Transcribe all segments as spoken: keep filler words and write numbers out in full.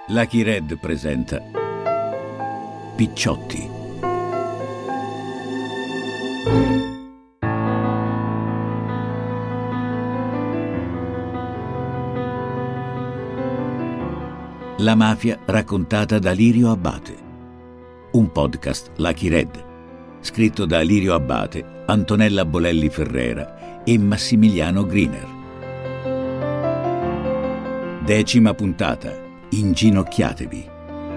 Lucky Red presenta Picciotti. La mafia raccontata da Lirio Abbate. Un podcast Lucky Red, scritto da Lirio Abbate, Antonella Bolelli Ferrera e Massimiliano Griner. Decima puntata. Inginocchiatevi.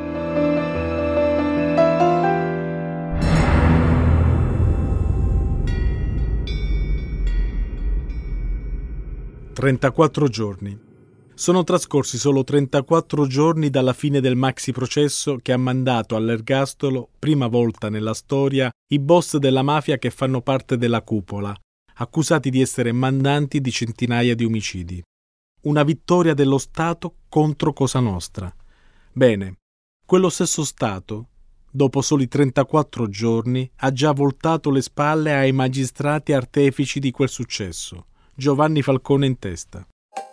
trentaquattro giorni. Sono trascorsi solo trentaquattro giorni dalla fine del maxi processo che ha mandato all'ergastolo, prima volta nella storia, i boss della mafia che fanno parte della cupola, accusati di essere mandanti di centinaia di omicidi. Una vittoria dello Stato contro Cosa Nostra. Bene, quello stesso Stato, dopo soli trentaquattro giorni, ha già voltato le spalle ai magistrati artefici di quel successo, Giovanni Falcone in testa.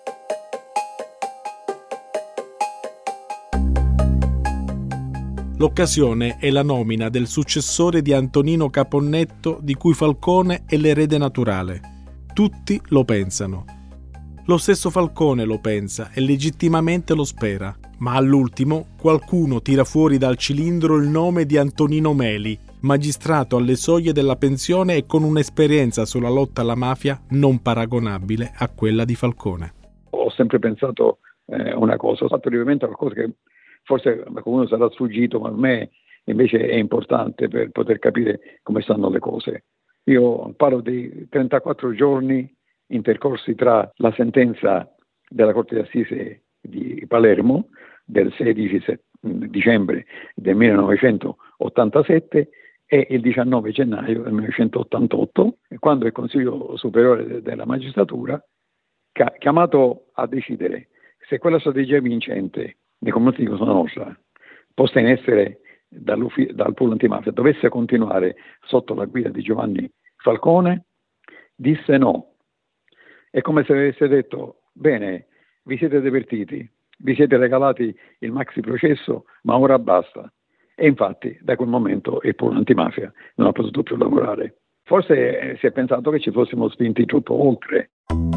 L'occasione è la nomina del successore di Antonino Caponnetto, di cui Falcone è l'erede naturale. Tutti lo pensano. Lo stesso Falcone lo pensa e legittimamente lo spera, ma all'ultimo qualcuno tira fuori dal cilindro il nome di Antonino Meli, magistrato alle soglie della pensione e con un'esperienza sulla lotta alla mafia non paragonabile a quella di Falcone. Ho sempre pensato eh, una cosa, ho fatto riferimento a qualcosa che forse a qualcuno sarà sfuggito, ma a me invece è importante per poter capire come stanno le cose. Io parlo di trentaquattro giorni intercorsi tra la sentenza della Corte d'Assise di Palermo del sedici dicembre del millenovecentottantasette e il diciannove gennaio del millenovecentottantotto, quando il Consiglio Superiore della Magistratura, chiamato a decidere se quella strategia vincente nei confronti di Cosa Nostra, posta in essere dal pool antimafia, dovesse continuare sotto la guida di Giovanni Falcone, disse no. È come se avesse detto: bene, vi siete divertiti, vi siete regalati il maxi processo, ma ora basta. E infatti da quel momento il pool antimafia non ha potuto più lavorare. Forse si è pensato che ci fossimo spinti troppo oltre.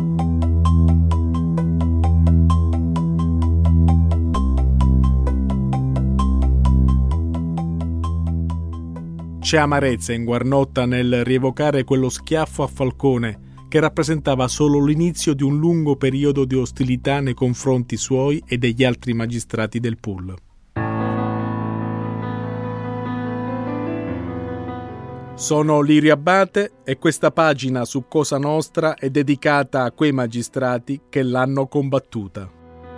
C'è amarezza in Guarnotta nel rievocare quello schiaffo a Falcone, che rappresentava solo l'inizio di un lungo periodo di ostilità nei confronti suoi e degli altri magistrati del pool. Sono Lirio Abbate e questa pagina su Cosa Nostra è dedicata a quei magistrati che l'hanno combattuta.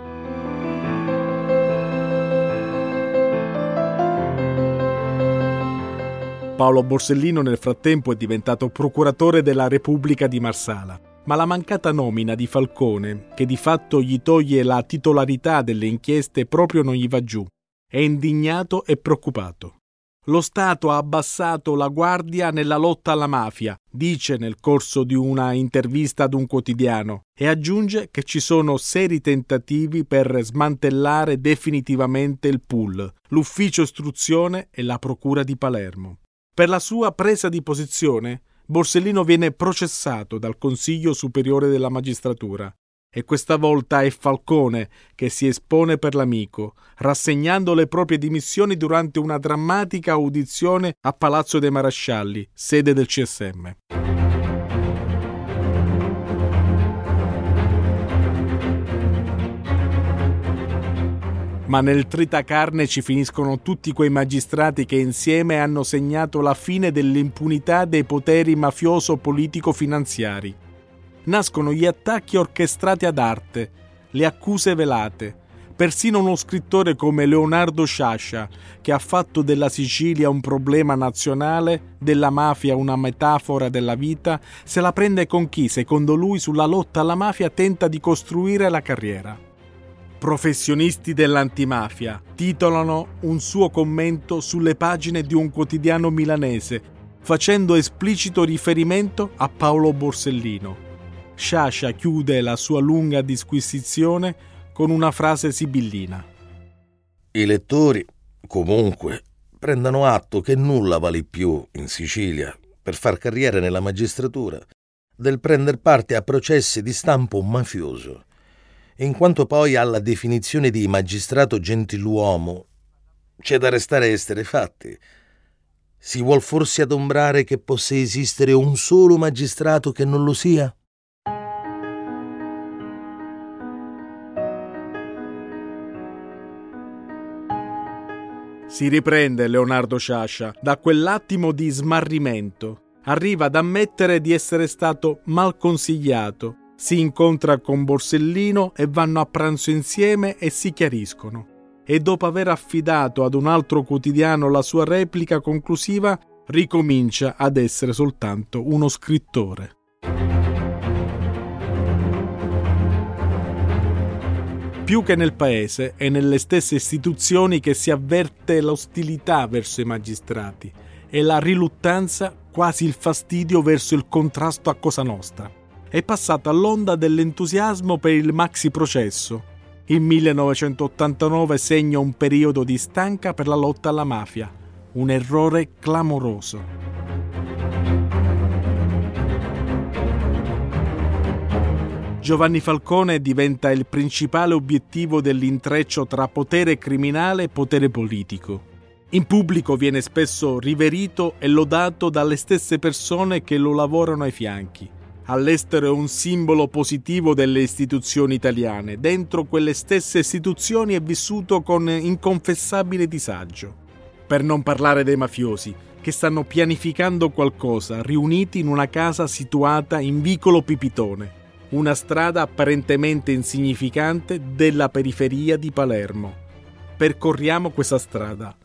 Paolo Borsellino nel frattempo è diventato procuratore della Repubblica di Marsala, ma la mancata nomina di Falcone, che di fatto gli toglie la titolarità delle inchieste, proprio non gli va giù. È indignato e preoccupato. Lo Stato ha abbassato la guardia nella lotta alla mafia, dice nel corso di una intervista ad un quotidiano, e aggiunge che ci sono seri tentativi per smantellare definitivamente il pool, l'ufficio istruzione e la procura di Palermo. Per la sua presa di posizione, Borsellino viene processato dal Consiglio Superiore della Magistratura e questa volta è Falcone che si espone per l'amico, rassegnando le proprie dimissioni durante una drammatica audizione a Palazzo dei Marascialli, sede del C S M. Ma nel tritacarne ci finiscono tutti quei magistrati che insieme hanno segnato la fine dell'impunità dei poteri mafioso-politico-finanziari. Nascono gli attacchi orchestrati ad arte, le accuse velate. Persino uno scrittore come Leonardo Sciascia, che ha fatto della Sicilia un problema nazionale, della mafia una metafora della vita, se la prende con chi, secondo lui, sulla lotta alla mafia tenta di costruire la carriera. Professionisti dell'antimafia titolano un suo commento sulle pagine di un quotidiano milanese, facendo esplicito riferimento a Paolo Borsellino. Sciascia chiude la sua lunga disquisizione con una frase sibillina. I lettori, comunque, prendano atto che nulla vale più in Sicilia, per far carriera nella magistratura, del prender parte a processi di stampo mafioso, in quanto poi alla definizione di magistrato gentiluomo c'è da restare esterrefatti. Si vuol forse adombrare che possa esistere un solo magistrato che non lo sia? Si riprende Leonardo Sciascia da quell'attimo di smarrimento. Arriva ad ammettere di essere stato mal consigliato. Si incontra con Borsellino e vanno a pranzo insieme e si chiariscono. E dopo aver affidato ad un altro quotidiano la sua replica conclusiva, ricomincia ad essere soltanto uno scrittore. Più che nel paese è nelle stesse istituzioni che si avverte l'ostilità verso i magistrati e la riluttanza, quasi il fastidio verso il contrasto a Cosa Nostra. È passata l'onda dell'entusiasmo per il maxi processo. Il millenovecentottantanove segna un periodo di stanca per la lotta alla mafia, un errore clamoroso. Giovanni Falcone diventa il principale obiettivo dell'intreccio tra potere criminale e potere politico. In pubblico viene spesso riverito e lodato dalle stesse persone che lo lavorano ai fianchi. All'estero è un simbolo positivo delle istituzioni italiane. Dentro quelle stesse istituzioni è vissuto con inconfessabile disagio. Per non parlare dei mafiosi, che stanno pianificando qualcosa, riuniti in una casa situata in Vicolo Pipitone, una strada apparentemente insignificante della periferia di Palermo. Percorriamo questa strada.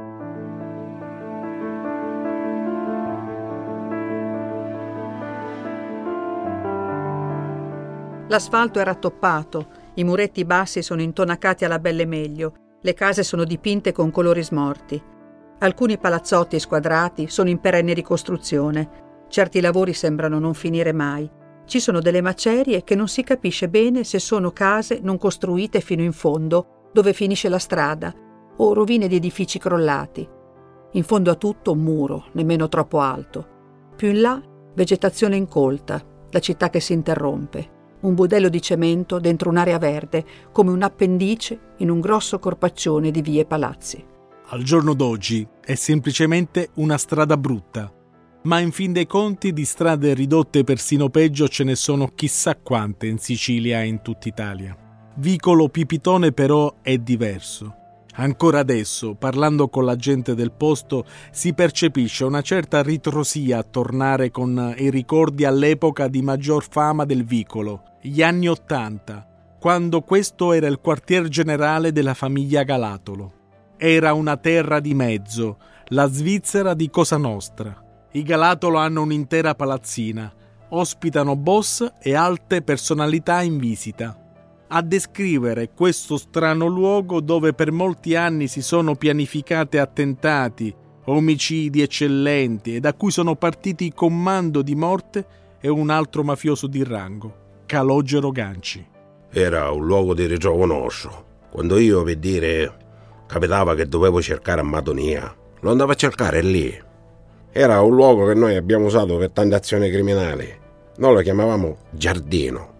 L'asfalto è rattoppato, i muretti bassi sono intonacati alla belle meglio, le case sono dipinte con colori smorti. Alcuni palazzotti e squadrati sono in perenne ricostruzione. Certi lavori sembrano non finire mai. Ci sono delle macerie che non si capisce bene se sono case non costruite fino in fondo, dove finisce la strada, o rovine di edifici crollati. In fondo a tutto un muro, nemmeno troppo alto. Più in là, vegetazione incolta, la città che si interrompe. Un budello di cemento dentro un'area verde, come un appendice in un grosso corpaccione di vie e palazzi. Al giorno d'oggi è semplicemente una strada brutta, ma in fin dei conti di strade ridotte persino peggio ce ne sono chissà quante in Sicilia e in tutta Italia. Vicolo Pipitone però è diverso. Ancora adesso, parlando con la gente del posto, si percepisce una certa ritrosia a tornare con i ricordi all'epoca di maggior fama del vicolo, gli anni Ottanta, quando questo era il quartier generale della famiglia Galatolo. Era una terra di mezzo, la Svizzera di Cosa Nostra. I Galatolo hanno un'intera palazzina, ospitano boss e alte personalità in visita. A descrivere questo strano luogo dove per molti anni si sono pianificati attentati, omicidi eccellenti e da cui sono partiti i comando di morte è un altro mafioso di rango, Calogero Ganci. Era un luogo di ritrovo nostro. Quando io, per dire, capitava che dovevo cercare a Madonia, lo andavo a cercare lì. Era un luogo che noi abbiamo usato per tante azioni criminali. Noi lo chiamavamo giardino.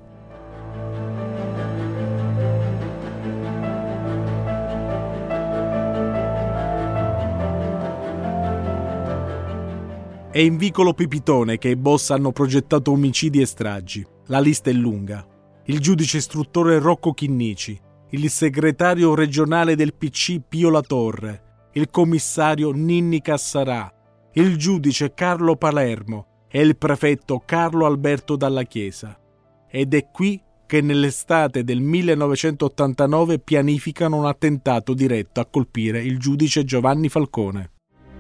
È in Vicolo Pipitone che i boss hanno progettato omicidi e stragi. La lista è lunga. Il giudice istruttore Rocco Chinnici, il segretario regionale del P C Pio La Torre, il commissario Ninni Cassarà, il giudice Carlo Palermo e il prefetto Carlo Alberto Dalla Chiesa. Ed è qui che nell'estate del millenovecentottantanove pianificano un attentato diretto a colpire il giudice Giovanni Falcone.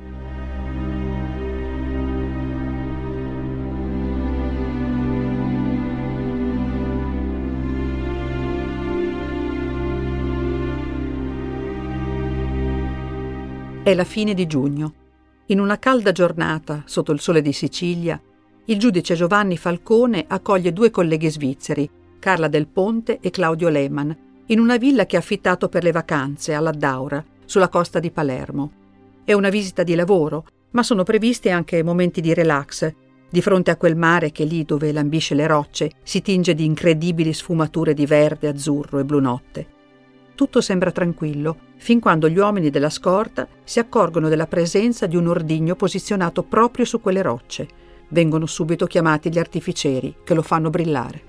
È la fine di giugno. In una calda giornata, sotto il sole di Sicilia, il giudice Giovanni Falcone accoglie due colleghi svizzeri, Carla Del Ponte e Claudio Lehmann, in una villa che ha affittato per le vacanze all'Addaura, sulla costa di Palermo. È una visita di lavoro, ma sono previsti anche momenti di relax, di fronte a quel mare che lì dove lambisce le rocce si tinge di incredibili sfumature di verde, azzurro e blu notte. Tutto sembra tranquillo, fin quando gli uomini della scorta si accorgono della presenza di un ordigno posizionato proprio su quelle rocce. Vengono subito chiamati gli artificieri, che lo fanno brillare.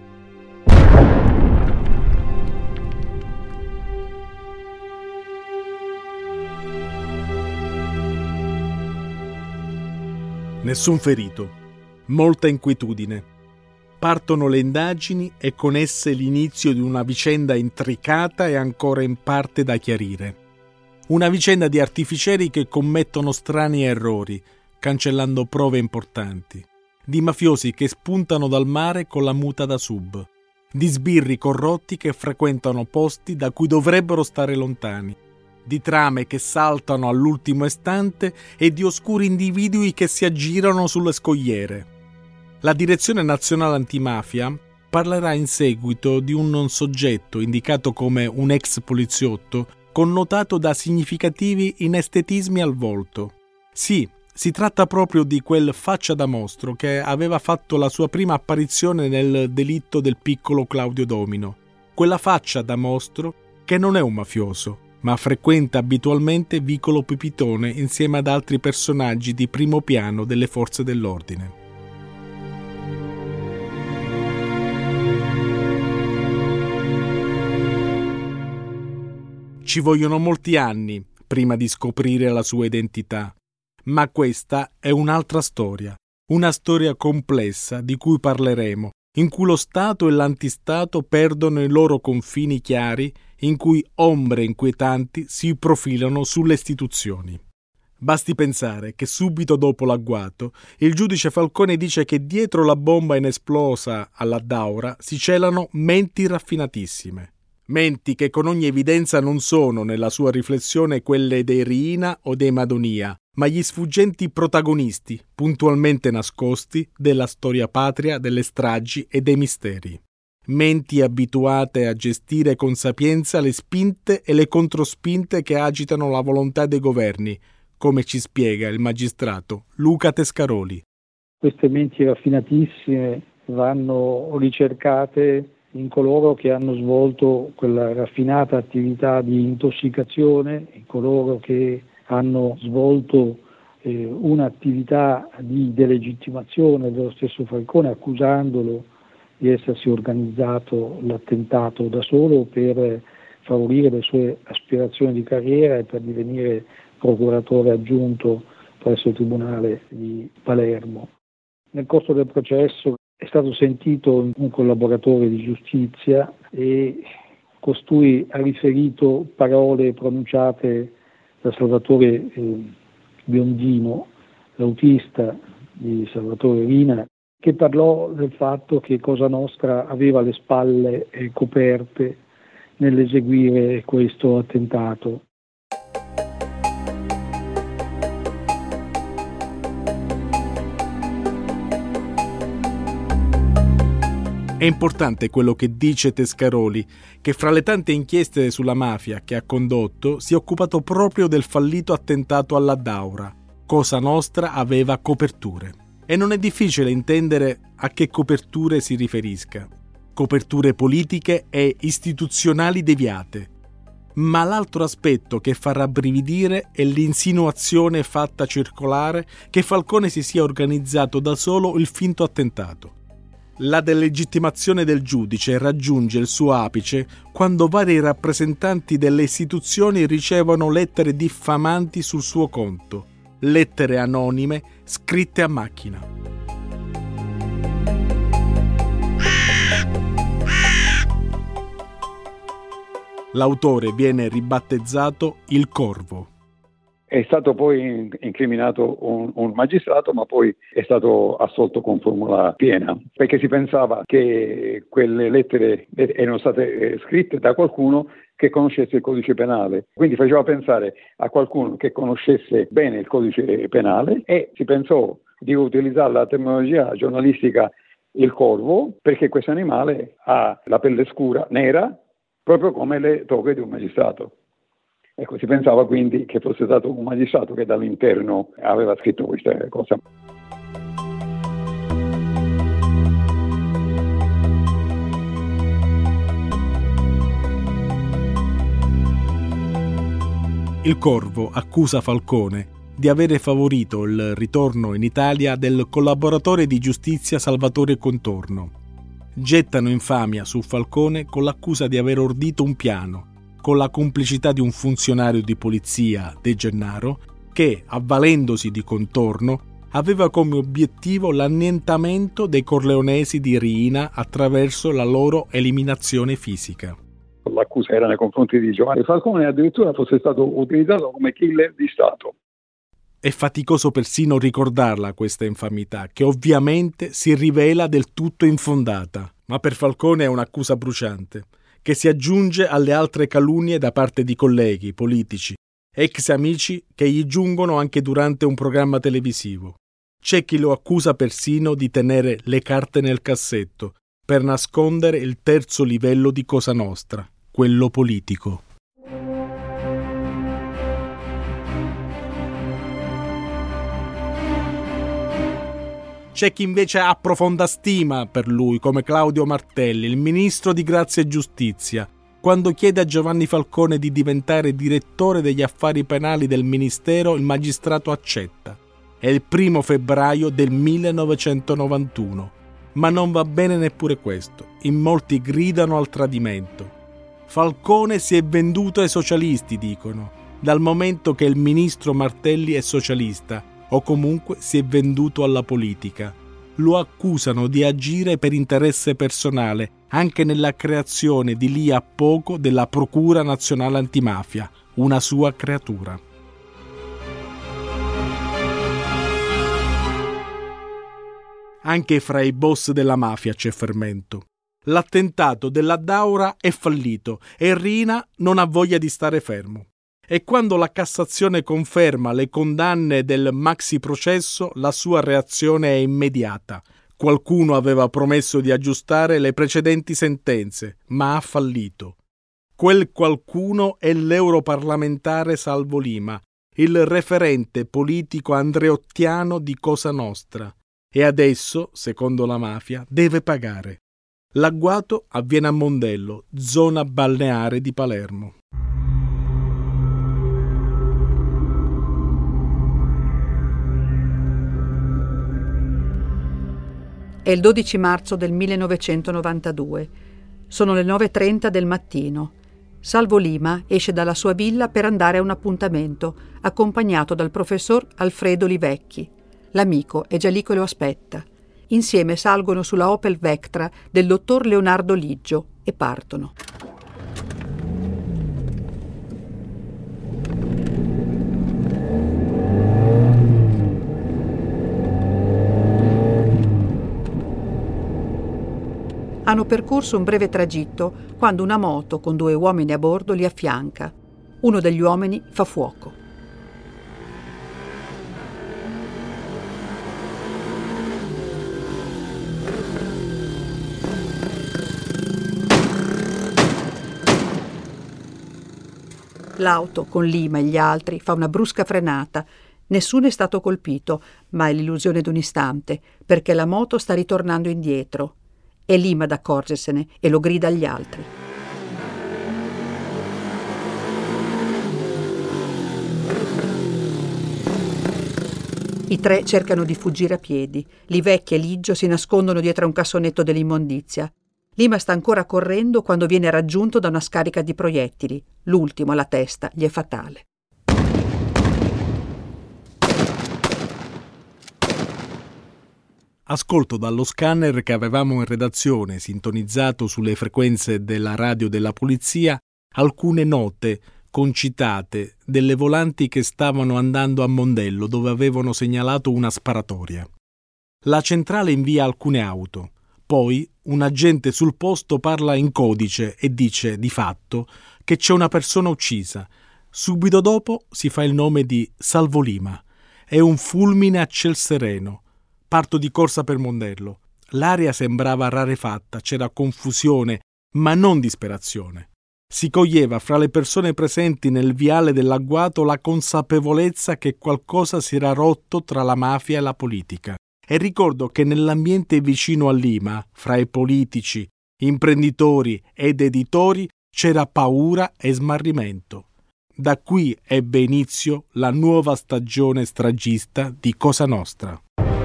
Nessun ferito, molta inquietudine. Partono le indagini e con esse l'inizio di una vicenda intricata e ancora in parte da chiarire. Una vicenda di artificieri che commettono strani errori, cancellando prove importanti, di mafiosi che spuntano dal mare con la muta da sub, di sbirri corrotti che frequentano posti da cui dovrebbero stare lontani, di trame che saltano all'ultimo istante e di oscuri individui che si aggirano sulle scogliere. La Direzione Nazionale Antimafia parlerà in seguito di un soggetto indicato come un ex poliziotto connotato da significativi inestetismi al volto. Sì, si tratta proprio di quel faccia da mostro che aveva fatto la sua prima apparizione nel delitto del piccolo Claudio Domino. Quella faccia da mostro che non è un mafioso, ma frequenta abitualmente Vicolo Pipitone insieme ad altri personaggi di primo piano delle forze dell'ordine. Ci vogliono molti anni prima di scoprire la sua identità, ma questa è un'altra storia, una storia complessa di cui parleremo, in cui lo Stato e l'antistato perdono i loro confini chiari, in cui ombre inquietanti si profilano sulle istituzioni. Basti pensare che subito dopo l'agguato il giudice Falcone dice che dietro la bomba inesplosa all'Addaura si celano menti raffinatissime. Menti che con ogni evidenza non sono, nella sua riflessione, quelle dei Riina o dei Madonia, ma gli sfuggenti protagonisti, puntualmente nascosti, della storia patria, delle stragi e dei misteri. Menti abituate a gestire con sapienza le spinte e le controspinte che agitano la volontà dei governi, come ci spiega il magistrato Luca Tescaroli. Queste menti raffinatissime vanno ricercate in coloro che hanno svolto quella raffinata attività di intossicazione, in coloro che hanno svolto eh, un'attività di delegittimazione dello stesso Falcone, accusandolo di essersi organizzato l'attentato da solo per favorire le sue aspirazioni di carriera e per divenire procuratore aggiunto presso il Tribunale di Palermo. Nel corso del processo è stato sentito un collaboratore di giustizia e costui ha riferito parole pronunciate da Salvatore eh, Biondino, l'autista di Salvatore Riina, che parlò del fatto che Cosa Nostra aveva le spalle eh, coperte nell'eseguire questo attentato. È importante quello che dice Tescaroli, che fra le tante inchieste sulla mafia che ha condotto si è occupato proprio del fallito attentato all'Addaura. Cosa Nostra aveva coperture. E non è difficile intendere a che coperture si riferisca. Coperture politiche e istituzionali deviate. Ma l'altro aspetto che fa rabbrividire è l'insinuazione fatta circolare che Falcone si sia organizzato da solo il finto attentato. La delegittimazione del giudice raggiunge il suo apice quando vari rappresentanti delle istituzioni ricevono lettere diffamanti sul suo conto, lettere anonime scritte a macchina. L'autore viene ribattezzato il Corvo. È stato poi incriminato un, un magistrato, ma poi è stato assolto con formula piena, perché si pensava che quelle lettere erano state scritte da qualcuno che conoscesse il codice penale. Quindi faceva pensare a qualcuno che conoscesse bene il codice penale e si pensò di utilizzare la terminologia giornalistica il corvo, perché questo animale ha la pelle scura, nera, proprio come le toghe di un magistrato. Ecco, si pensava quindi che fosse stato un magistrato che dall'interno aveva scritto queste cose. Il Corvo accusa Falcone di avere favorito il ritorno in Italia del collaboratore di giustizia Salvatore Contorno. Gettano infamia su Falcone con l'accusa di aver ordito un piano, con la complicità di un funzionario di polizia, De Gennaro, che, avvalendosi di Contorno, aveva come obiettivo l'annientamento dei corleonesi di Riina attraverso la loro eliminazione fisica. L'accusa era nei confronti di Giovanni Falcone e addirittura fosse stato utilizzato come killer di Stato. È faticoso persino ricordarla questa infamità, che ovviamente si rivela del tutto infondata, ma per Falcone è un'accusa bruciante, che si aggiunge alle altre calunnie da parte di colleghi, politici, ex amici che gli giungono anche durante un programma televisivo. C'è chi lo accusa persino di tenere le carte nel cassetto per nascondere il terzo livello di Cosa Nostra, quello politico. C'è chi invece ha profonda stima per lui, come Claudio Martelli, il ministro di Grazia e Giustizia, quando chiede a Giovanni Falcone di diventare direttore degli affari penali del ministero, il magistrato accetta. È il primo febbraio del millenovecentonovantuno. Ma non va bene neppure questo. In molti gridano al tradimento. Falcone si è venduto ai socialisti, dicono, dal momento che il ministro Martelli è socialista, o comunque si è venduto alla politica. Lo accusano di agire per interesse personale, anche nella creazione di lì a poco della Procura Nazionale Antimafia, una sua creatura. Anche fra i boss della mafia c'è fermento. L'attentato della Daura è fallito e Riina non ha voglia di stare fermo. E quando la Cassazione conferma le condanne del maxi processo, la sua reazione è immediata. Qualcuno aveva promesso di aggiustare le precedenti sentenze, ma ha fallito. Quel qualcuno è l'europarlamentare Salvo Lima, il referente politico andreottiano di Cosa Nostra. E adesso, secondo la mafia, deve pagare. L'agguato avviene a Mondello, zona balneare di Palermo. È il dodici marzo del millenovecentonovantadue. Sono le nove e trenta del mattino. Salvo Lima esce dalla sua villa per andare a un appuntamento, accompagnato dal professor Alfredo Livecchi. L'amico è già lì che lo aspetta. Insieme salgono sulla Opel Vectra del dottor Leonardo Liggio e partono. Hanno percorso un breve tragitto quando una moto con due uomini a bordo li affianca. Uno degli uomini fa fuoco. L'auto con Lima e gli altri fa una brusca frenata. Nessuno è stato colpito, ma è l'illusione d'un istante, perché la moto sta ritornando indietro. È Lima ad accorgersene e lo grida agli altri. I tre cercano di fuggire a piedi. Livecchi e Liggio si nascondono dietro a un cassonetto dell'immondizia. Lima sta ancora correndo quando viene raggiunto da una scarica di proiettili. L'ultimo alla testa gli è fatale. Ascolto dallo scanner che avevamo in redazione, sintonizzato sulle frequenze della radio della polizia, alcune note concitate delle volanti che stavano andando a Mondello, dove avevano segnalato una sparatoria. La centrale invia alcune auto. Poi un agente sul posto parla in codice e dice, di fatto, che c'è una persona uccisa. Subito dopo si fa il nome di Salvo Lima. È un fulmine a ciel sereno. Parto di corsa per Mondello. L'aria sembrava rarefatta, c'era confusione, ma non disperazione. Si coglieva fra le persone presenti nel viale dell'agguato la consapevolezza che qualcosa si era rotto tra la mafia e la politica. E ricordo che nell'ambiente vicino a Lima, fra i politici, imprenditori ed editori, c'era paura e smarrimento. Da qui ebbe inizio la nuova stagione stragista di Cosa Nostra.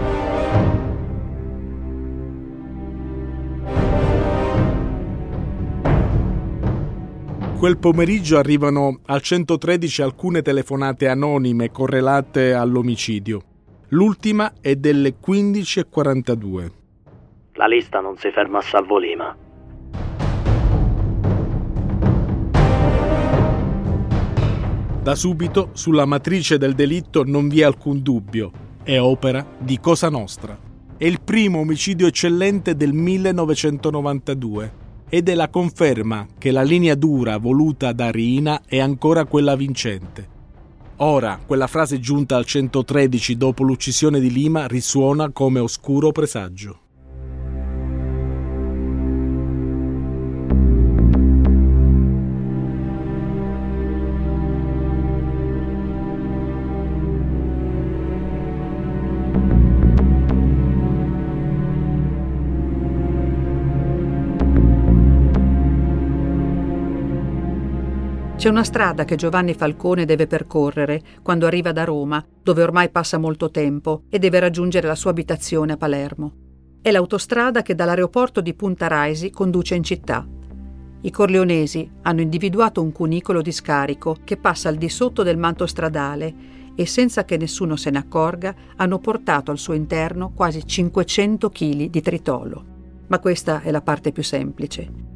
Quel pomeriggio arrivano al centotredici alcune telefonate anonime correlate all'omicidio. L'ultima è delle quindici e quarantadue. La lista non si ferma a Salvo Lima. Da subito, sulla matrice del delitto non vi è alcun dubbio. È opera di Cosa Nostra. È il primo omicidio eccellente del millenovecentonovantadue. Ed è la conferma che la linea dura voluta da Riina è ancora quella vincente. Ora, quella frase giunta al centotredici dopo l'uccisione di Lima risuona come oscuro presagio. C'è una strada che Giovanni Falcone deve percorrere quando arriva da Roma, dove ormai passa molto tempo, e deve raggiungere la sua abitazione a Palermo. È l'autostrada che dall'aeroporto di Punta Raisi conduce in città. I corleonesi hanno individuato un cunicolo di scarico che passa al di sotto del manto stradale e, senza che nessuno se ne accorga, hanno portato al suo interno quasi cinquecento chili di tritolo. Ma questa è la parte più semplice.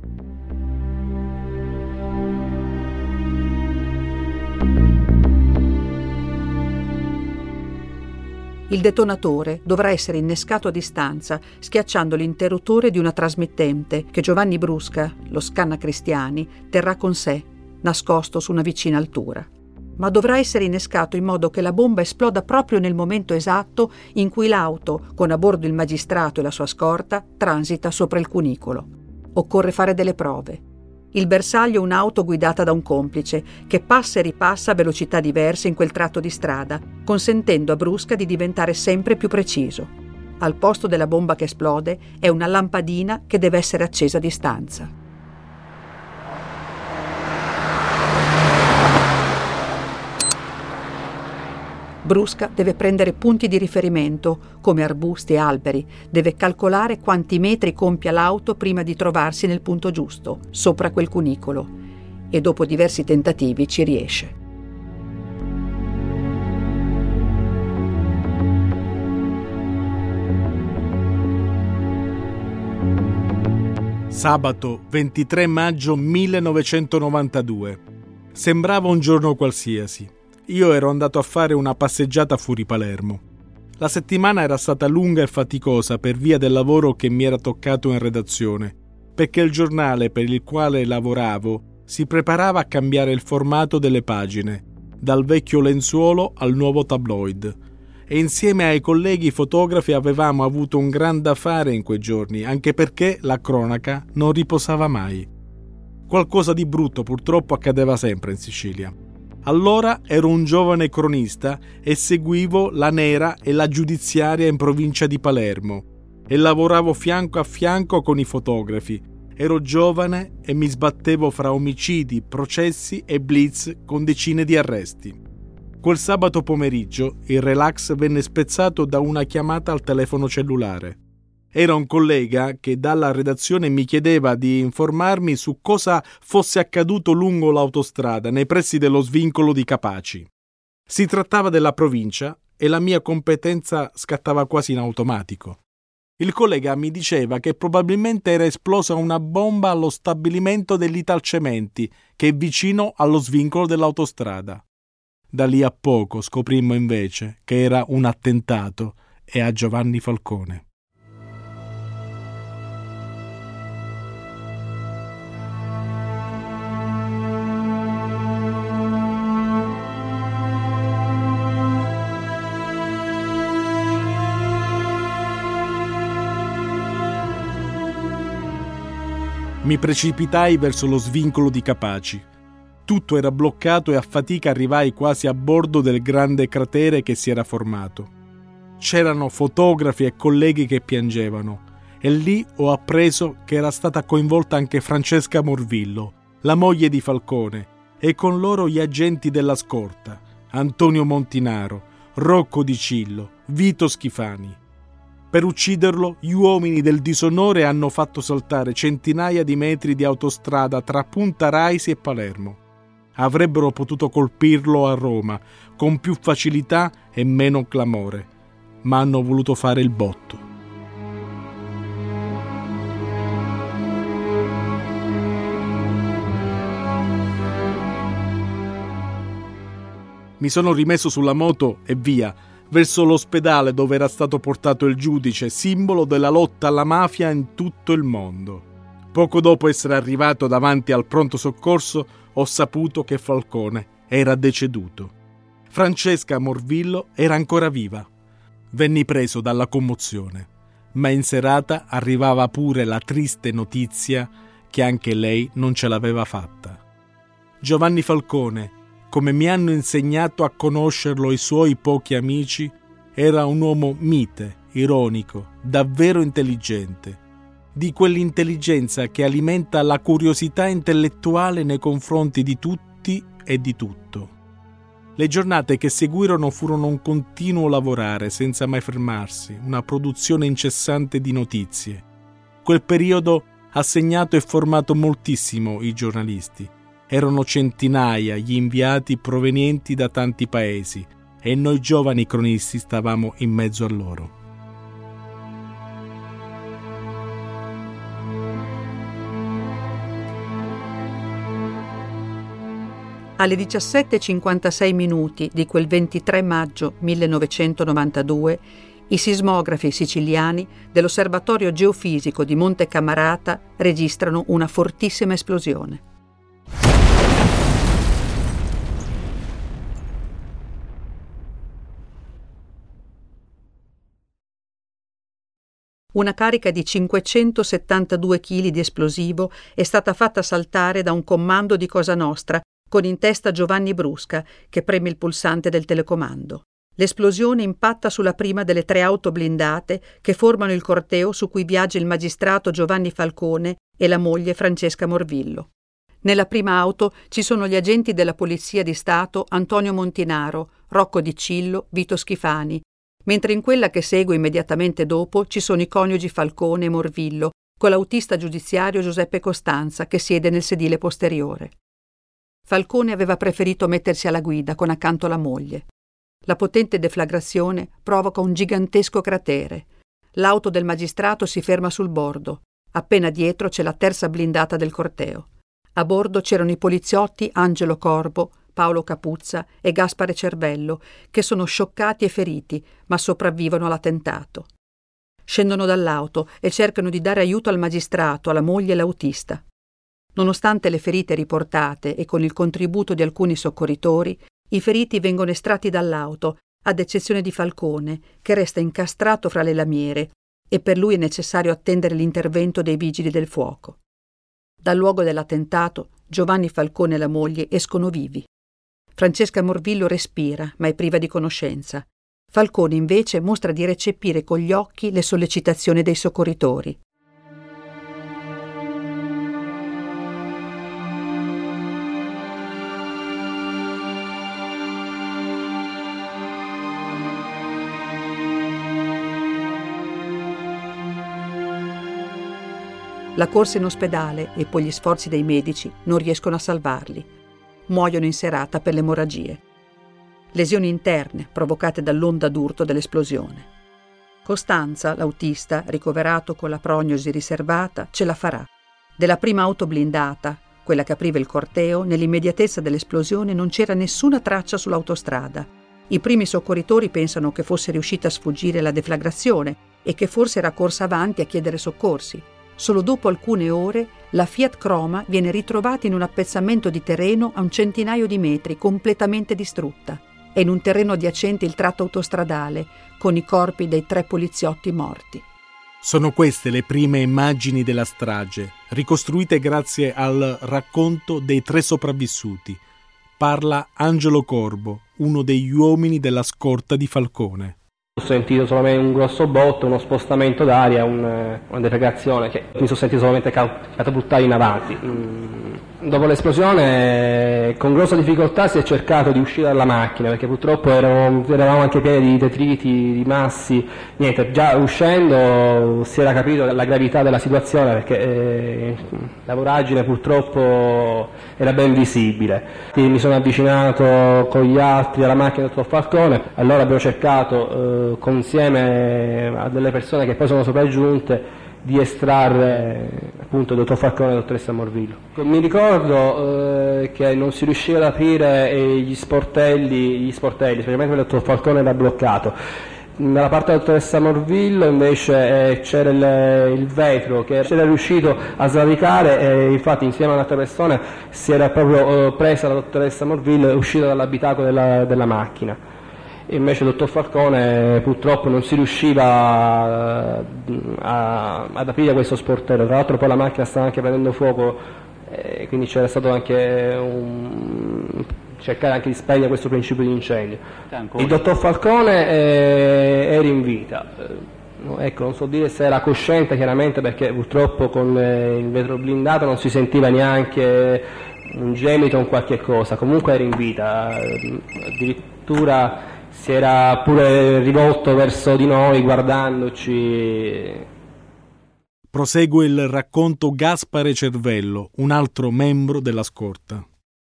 Il detonatore dovrà essere innescato a distanza, schiacciando l'interruttore di una trasmittente che Giovanni Brusca, lo scanna Cristiani, terrà con sé, nascosto su una vicina altura. Ma dovrà essere innescato in modo che la bomba esploda proprio nel momento esatto in cui l'auto, con a bordo il magistrato e la sua scorta, transita sopra il cunicolo. Occorre fare delle prove. Il bersaglio è un'auto guidata da un complice che passa e ripassa a velocità diverse in quel tratto di strada, consentendo a Brusca di diventare sempre più preciso. Al posto della bomba che esplode è una lampadina che deve essere accesa a distanza. Brusca deve prendere punti di riferimento, come arbusti e alberi, deve calcolare quanti metri compia l'auto prima di trovarsi nel punto giusto, sopra quel cunicolo, e dopo diversi tentativi ci riesce. Sabato ventitré maggio millenovecentonovantadue. Sembrava un giorno qualsiasi. Io ero andato a fare una passeggiata fuori Palermo. La settimana era stata lunga e faticosa per via del lavoro che mi era toccato in redazione, perché il giornale per il quale lavoravo si preparava a cambiare il formato delle pagine, dal vecchio lenzuolo al nuovo tabloid. E insieme ai colleghi fotografi avevamo avuto un gran da fare in quei giorni, anche perché la cronaca non riposava mai. Qualcosa di brutto purtroppo accadeva sempre in Sicilia. Allora ero un giovane cronista e seguivo la Nera e la Giudiziaria in provincia di Palermo e lavoravo fianco a fianco con i fotografi. Ero giovane e mi sbattevo fra omicidi, processi e blitz con decine di arresti. Quel sabato pomeriggio il relax venne spezzato da una chiamata al telefono cellulare. Era un collega che dalla redazione mi chiedeva di informarmi su cosa fosse accaduto lungo l'autostrada nei pressi dello svincolo di Capaci. Si trattava della provincia e la mia competenza scattava quasi in automatico. Il collega mi diceva che probabilmente era esplosa una bomba allo stabilimento dell'Italcementi, che è vicino allo svincolo dell'autostrada. Da lì a poco scoprimmo invece che era un attentato e a Giovanni Falcone. Mi precipitai verso lo svincolo di Capaci. Tutto era bloccato e a fatica arrivai quasi a bordo del grande cratere che si era formato. C'erano fotografi e colleghi che piangevano e lì ho appreso che era stata coinvolta anche Francesca Morvillo, la moglie di Falcone, e con loro gli agenti della scorta, Antonio Montinaro, Rocco Di Cillo, Vito Schifani. Per ucciderlo, gli uomini del disonore hanno fatto saltare centinaia di metri di autostrada tra Punta Raisi e Palermo. Avrebbero potuto colpirlo a Roma con più facilità e meno clamore, ma hanno voluto fare il botto. Mi sono rimesso sulla moto e via, verso l'ospedale dove era stato portato il giudice, simbolo della lotta alla mafia in tutto il mondo. Poco dopo essere arrivato davanti al pronto soccorso, ho saputo che Falcone era deceduto. Francesca Morvillo era ancora viva. Venni preso dalla commozione, ma in serata arrivava pure la triste notizia che anche lei non ce l'aveva fatta. Giovanni Falcone, come mi hanno insegnato a conoscerlo i suoi pochi amici, era un uomo mite, ironico, davvero intelligente, di quell'intelligenza che alimenta la curiosità intellettuale nei confronti di tutti e di tutto. Le giornate che seguirono furono un continuo lavorare senza mai fermarsi, una produzione incessante di notizie. Quel periodo ha segnato e formato moltissimo i giornalisti. Erano centinaia gli inviati provenienti da tanti paesi e noi giovani cronisti stavamo in mezzo a loro. Alle diciassette e cinquantasei minuti di quel ventitré maggio millenovecentonovantadue, i sismografi siciliani dell'Osservatorio Geofisico di Monte Camarata registrano una fortissima esplosione. Una carica di cinquecentosettantadue chili di esplosivo è stata fatta saltare da un comando di Cosa Nostra con in testa Giovanni Brusca, che preme il pulsante del telecomando. L'esplosione impatta sulla prima delle tre auto blindate che formano il corteo su cui viaggia il magistrato Giovanni Falcone e la moglie Francesca Morvillo. Nella prima auto ci sono gli agenti della Polizia di Stato Antonio Montinaro, Rocco Di Cillo, Vito Schifani, mentre in quella che segue immediatamente dopo ci sono i coniugi Falcone e Morvillo, con l'autista giudiziario Giuseppe Costanza che siede nel sedile posteriore. Falcone aveva preferito mettersi alla guida con accanto la moglie. La potente deflagrazione provoca un gigantesco cratere. L'auto del magistrato si ferma sul bordo. Appena dietro c'è la terza blindata del corteo. A bordo c'erano i poliziotti Angelo Corbo, Paolo Capuzza e Gaspare Cervello, che sono scioccati e feriti, ma sopravvivono all'attentato. Scendono dall'auto e cercano di dare aiuto al magistrato, alla moglie e all'autista. Nonostante le ferite riportate e con il contributo di alcuni soccorritori, i feriti vengono estratti dall'auto, ad eccezione di Falcone, che resta incastrato fra le lamiere e per lui è necessario attendere l'intervento dei vigili del fuoco. Dal luogo dell'attentato, Giovanni Falcone e la moglie escono vivi. Francesca Morvillo respira, ma è priva di conoscenza. Falcone invece mostra di recepire con gli occhi le sollecitazioni dei soccorritori. La corsa in ospedale e poi gli sforzi dei medici non riescono a salvarli. Muoiono in serata per le emorragie. Lesioni interne provocate dall'onda d'urto dell'esplosione. Costanza, l'autista, ricoverato con la prognosi riservata, ce la farà. Della prima auto blindata, quella che apriva il corteo, nell'immediatezza dell'esplosione non c'era nessuna traccia sull'autostrada. I primi soccorritori pensano che fosse riuscita a sfuggire la deflagrazione e che forse era corsa avanti a chiedere soccorsi. Solo dopo alcune ore la Fiat Croma viene ritrovata in un appezzamento di terreno a un centinaio di metri, completamente distrutta, e in un terreno adiacente il tratto autostradale, con i corpi dei tre poliziotti morti. Sono queste le prime immagini della strage, ricostruite grazie al racconto dei tre sopravvissuti. Parla Angelo Corbo, uno degli uomini della scorta di Falcone. Ho sentito solamente un grosso botto, uno spostamento d'aria, un, una deflagrazione che mi sono sentito solamente catapultare in avanti. Dopo l'esplosione, con grossa difficoltà si è cercato di uscire dalla macchina, perché purtroppo eravamo, eravamo anche pieni di detriti, di massi. Niente, già uscendo si era capito la gravità della situazione, perché eh, la voragine purtroppo era ben visibile. Quindi mi sono avvicinato con gli altri alla macchina del dottor Falcone, allora abbiamo cercato, eh, con insieme a delle persone che poi sono sopraggiunte, di estrarre appunto il dottor Falcone e la dottoressa Morvillo. Mi ricordo eh, che non si riusciva ad aprire eh, gli sportelli, gli sportelli, specialmente il dottor Falcone era bloccato. Nella parte della dottoressa Morvillo invece eh, c'era il, il vetro che era riuscito a sradicare e infatti insieme ad altre persone si era proprio eh, presa la dottoressa Morvillo e uscita dall'abitacolo della, della macchina. Invece il dottor Falcone purtroppo non si riusciva a, a, ad aprire questo sportello, tra l'altro poi la macchina stava anche prendendo fuoco, eh, quindi c'era stato anche un cercare anche di spegnere questo principio di incendio. Il dottor Falcone eh, era in vita, eh, ecco, non so dire se era cosciente chiaramente, perché purtroppo con eh, il vetro blindato non si sentiva neanche un gemito o un qualche cosa, comunque era in vita, addirittura si era pure rivolto verso di noi guardandoci. Prosegue il racconto Gaspare Cervello, un altro membro della scorta.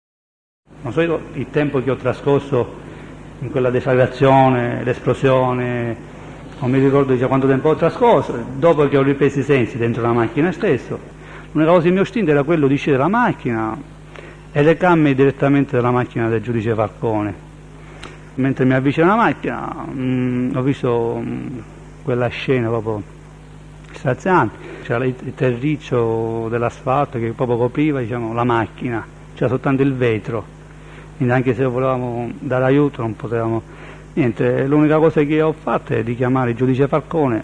Non so il tempo che ho trascorso in quella deflagrazione, l'esplosione, non mi ricordo già quanto tempo ho trascorso, dopo che ho ripreso i sensi dentro la macchina stesso. L'unica cosa, il mio istinto era quello di uscire dalla macchina e recarmi direttamente dalla macchina del giudice Falcone. Mentre mi avvicino alla macchina mh, ho visto mh, quella scena proprio straziante, c'era il terriccio dell'asfalto che proprio copriva, diciamo, la macchina, c'era soltanto il vetro, quindi anche se volevamo dare aiuto non potevamo niente. L'unica cosa che ho fatto è di chiamare il giudice Falcone,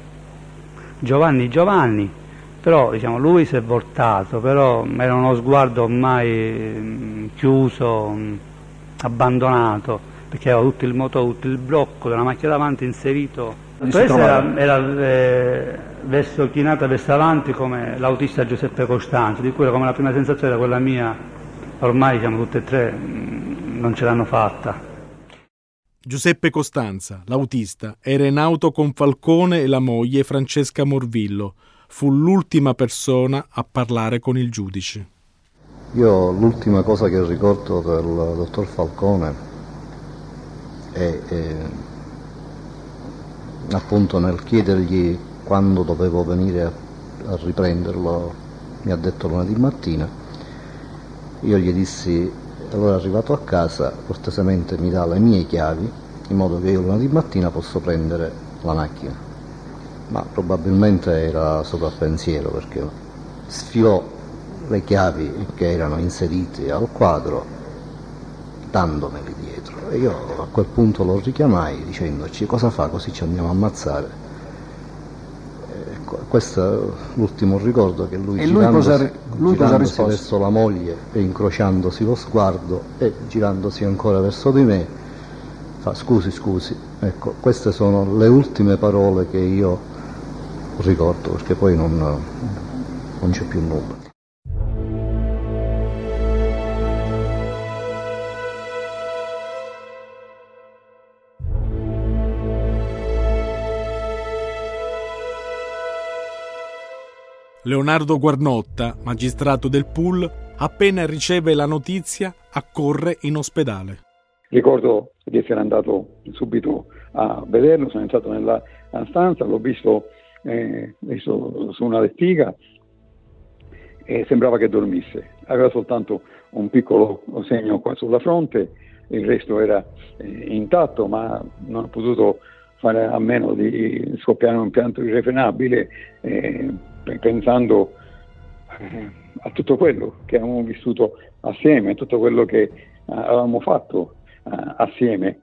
Giovanni Giovanni, però diciamo, lui si è voltato, però era uno sguardo ormai mh, chiuso, mh, abbandonato, perché aveva tutto il motore, tutto il blocco della macchina davanti inserito. Questa era, era eh, verso chinata verso avanti come l'autista Giuseppe Costanzo, di cui come la prima sensazione era quella mia, ormai diciamo tutte e tre mh, non ce l'hanno fatta. Giuseppe Costanza, l'autista, era in auto con Falcone e la moglie Francesca Morvillo. Fu l'ultima persona a parlare con il giudice. Io l'ultima cosa che ricordo del dottor Falcone è, è appunto nel chiedergli quando dovevo venire a, a riprenderlo, mi ha detto lunedì mattina. Io gli dissi, allora arrivato a casa cortesemente mi dà le mie chiavi in modo che io lunedì mattina posso prendere la macchina, ma probabilmente era sovrappensiero perché sfilò le chiavi che erano inserite al quadro dandomeli dietro e io a quel punto lo richiamai dicendoci cosa fa, così ci andiamo a ammazzare. E questo è l'ultimo ricordo che lui, e lui girandosi, cosa, lui girandosi cosa verso la moglie e incrociandosi lo sguardo e girandosi ancora verso di me fa scusi scusi, ecco, queste sono le ultime parole che io ricordo perché poi non, non c'è più nulla. Leonardo Guarnotta, magistrato del P U L, appena riceve la notizia accorre in ospedale. Ricordo di essere andato subito a vederlo, sono entrato nella stanza, l'ho visto, eh, visto su una lettiga e sembrava che dormisse. Aveva soltanto un piccolo segno qua sulla fronte, il resto era eh, intatto, ma non ho potuto fare a meno di scoppiare un pianto irrefrenabile eh, pensando eh, a tutto quello che avevamo vissuto assieme, a tutto quello che eh, avevamo fatto eh, assieme.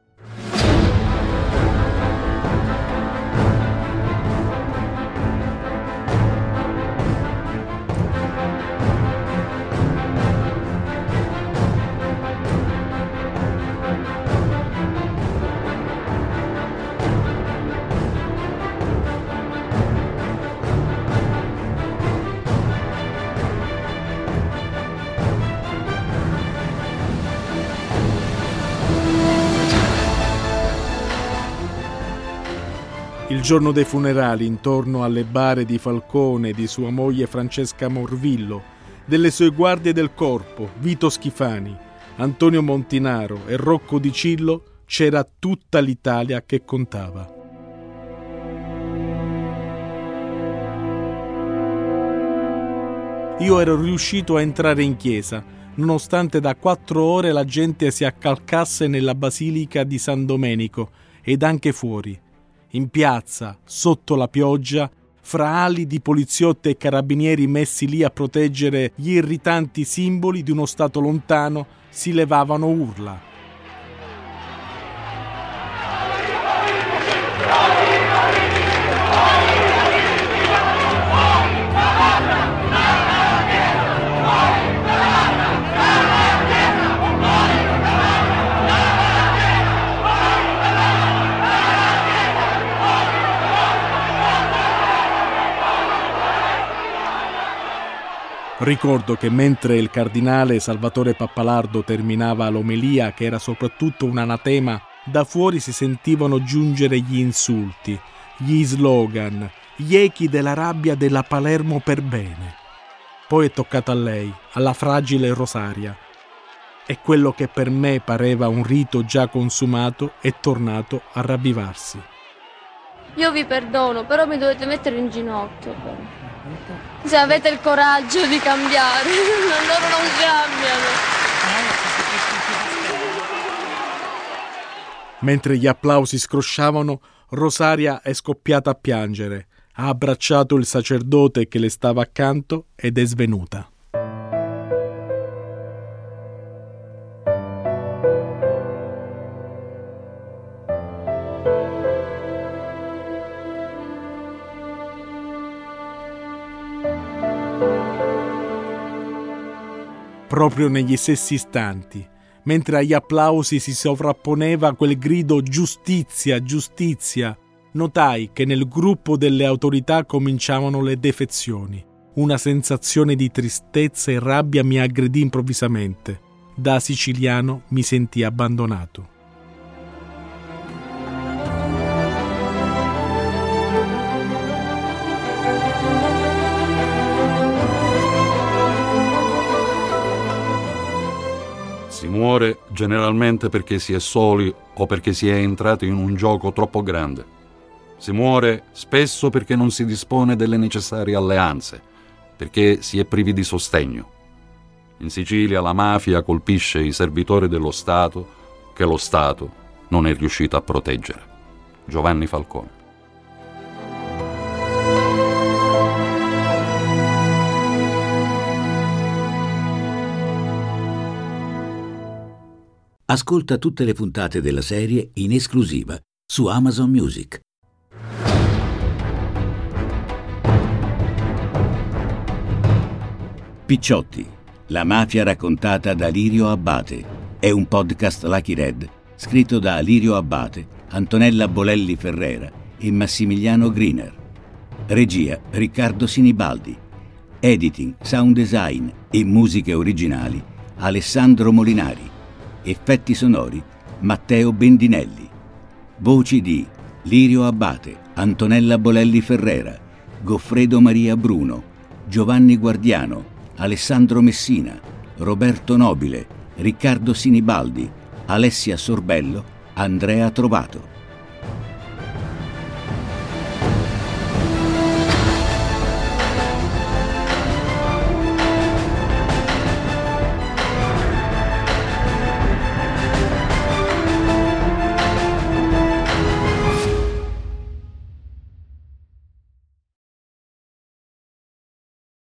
Il giorno dei funerali, intorno alle bare di Falcone e di sua moglie Francesca Morvillo, delle sue guardie del corpo, Vito Schifani, Antonio Montinaro e Rocco Di Cillo, c'era tutta l'Italia che contava. Io ero riuscito a entrare in chiesa, nonostante da quattro ore la gente si accalcasse nella basilica di San Domenico ed anche fuori, in piazza, sotto la pioggia, fra ali di poliziotti e carabinieri messi lì a proteggere gli irritanti simboli di uno stato lontano, si levavano urla. Ricordo che mentre il cardinale Salvatore Pappalardo terminava l'omelia, che era soprattutto un anatema, da fuori si sentivano giungere gli insulti, gli slogan, gli echi della rabbia della Palermo per bene. Poi è toccato a lei, alla fragile Rosaria. E quello che per me pareva un rito già consumato è tornato a ravvivarsi. Io vi perdono, però mi dovete mettere in ginocchio. Se avete il coraggio di cambiare, loro non cambiano. Mentre gli applausi scrosciavano, Rosaria è scoppiata a piangere, ha abbracciato il sacerdote che le stava accanto ed è svenuta. Proprio negli stessi istanti, mentre agli applausi si sovrapponeva quel grido «Giustizia, giustizia», notai che nel gruppo delle autorità cominciavano le defezioni. Una sensazione di tristezza e rabbia mi aggredì improvvisamente. Da siciliano mi sentii abbandonato. Si muore generalmente perché si è soli o perché si è entrati in un gioco troppo grande. Si muore spesso perché non si dispone delle necessarie alleanze, perché si è privi di sostegno. In Sicilia la mafia colpisce i servitori dello Stato che lo Stato non è riuscito a proteggere. Giovanni Falcone. Ascolta tutte le puntate della serie in esclusiva su Amazon Music. Picciotti, la mafia raccontata da Lirio Abbate. È un podcast Lucky Red, scritto da Lirio Abbate, Antonella Bolelli Ferrera e Massimiliano Griner. Regia Riccardo Sinibaldi. Editing, sound design e musiche originali Alessandro Molinari. Effetti sonori Matteo Bendinelli. Voci di Lirio Abbate, Antonella Bolelli Ferrera, Goffredo Maria Bruno, Giovanni Guardiano, Alessandro Messina, Roberto Nobile, Riccardo Sinibaldi, Alessia Sorbello, Andrea Trovato.